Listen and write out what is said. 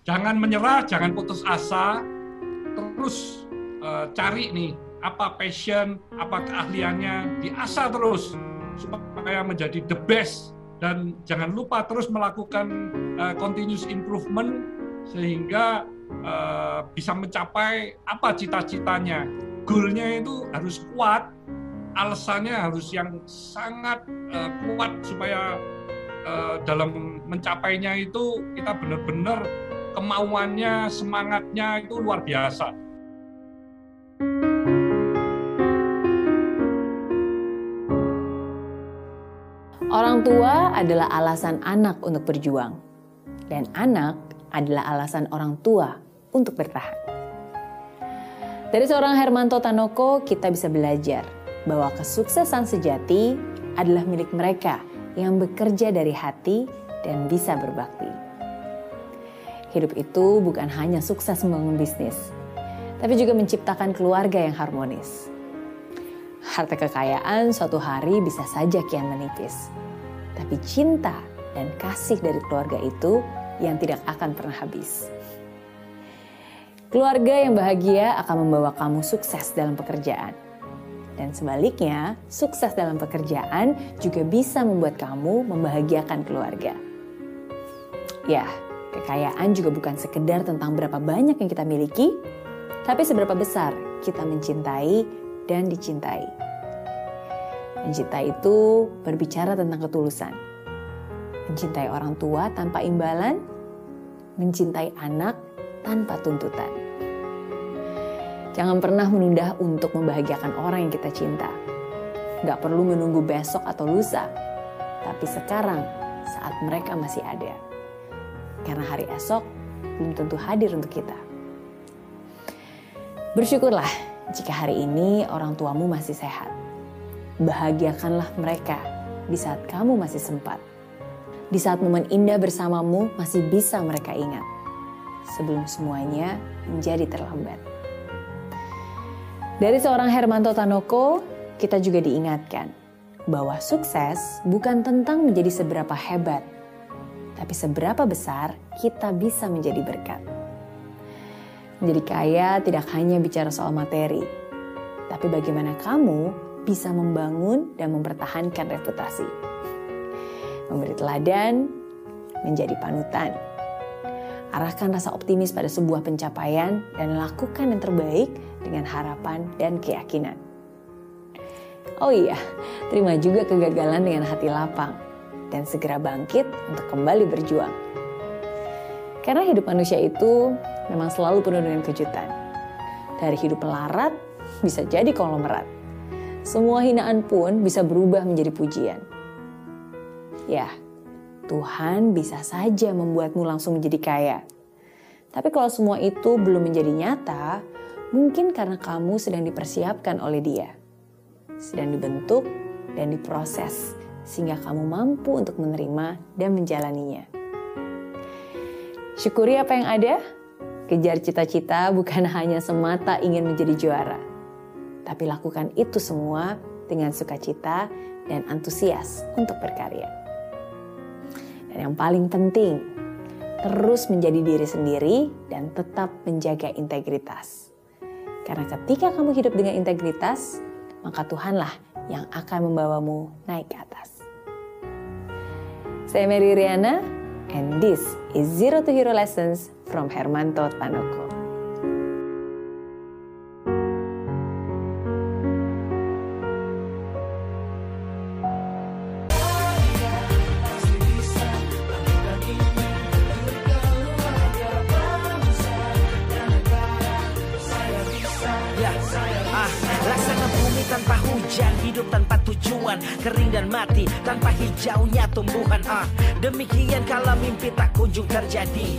Jangan menyerah, jangan putus asa, terus cari nih apa passion, apa keahliannya, diasah terus supaya menjadi the best, dan jangan lupa terus melakukan continuous improvement sehingga bisa mencapai apa cita-citanya. Goalnya itu harus kuat, alasannya harus yang sangat kuat supaya dalam mencapainya itu kita benar-benar kemauannya, semangatnya itu luar biasa. Orang tua adalah alasan anak untuk berjuang, dan anak adalah alasan orang tua untuk bertahan. Dari seorang Hermanto Tanoko, kita bisa belajar bahwa kesuksesan sejati adalah milik mereka yang bekerja dari hati dan bisa berbakti. Hidup itu bukan hanya sukses membangun bisnis, tapi juga menciptakan keluarga yang harmonis. Harta kekayaan suatu hari bisa saja kian menipis, tapi cinta dan kasih dari keluarga itu yang tidak akan pernah habis. Keluarga yang bahagia akan membawa kamu sukses dalam pekerjaan. Dan sebaliknya, sukses dalam pekerjaan juga bisa membuat kamu membahagiakan keluarga. Ya, kekayaan juga bukan sekedar tentang berapa banyak yang kita miliki, tapi seberapa besar kita mencintai dan dicintai. Mencintai itu berbicara tentang ketulusan. Mencintai orang tua tanpa imbalan, mencintai anak tanpa tuntutan. Jangan pernah menunda untuk membahagiakan orang yang kita cinta. Gak perlu menunggu besok atau lusa, tapi sekarang saat mereka masih ada. Karena hari esok belum tentu hadir untuk kita. Bersyukurlah jika hari ini orang tuamu masih sehat. Bahagiakanlah mereka di saat kamu masih sempat. Di saat momen indah bersamamu masih bisa mereka ingat. Sebelum semuanya menjadi terlambat. Dari seorang Hermanto Tanoko, kita juga diingatkan bahwa sukses bukan tentang menjadi seberapa hebat, tapi seberapa besar kita bisa menjadi berkat. Menjadi kaya tidak hanya bicara soal materi, tapi bagaimana kamu bisa membangun dan mempertahankan reputasi. Memberi teladan, menjadi panutan. Arahkan rasa optimis pada sebuah pencapaian dan lakukan yang terbaik dengan harapan dan keyakinan. Oh iya, terima juga kegagalan dengan hati lapang dan segera bangkit untuk kembali berjuang. Karena hidup manusia itu memang selalu penuh dengan kejutan. Dari hidup melarat bisa jadi konglomerat. Semua hinaan pun bisa berubah menjadi pujian. Ya, Tuhan bisa saja membuatmu langsung menjadi kaya. Tapi kalau semua itu belum menjadi nyata, mungkin karena kamu sedang dipersiapkan oleh Dia. Sedang dibentuk dan diproses, sehingga kamu mampu untuk menerima dan menjalaninya. Syukuri apa yang ada, kejar cita-cita bukan hanya semata ingin menjadi juara. Tapi lakukan itu semua dengan sukacita dan antusias untuk berkarya. Dan yang paling penting, terus menjadi diri sendiri dan tetap menjaga integritas. Karena ketika kamu hidup dengan integritas, maka Tuhanlah yang akan membawamu naik ke atas. Saya Mary Riana, and this is Zero to Hero Lessons from Hermanto Tanoko. Laksana bumi tanpa hujan, hidup tanpa tujuan, kering dan mati tanpa hijaunya tumbuhan. Demikian kalau mimpi tak kunjung terjadi.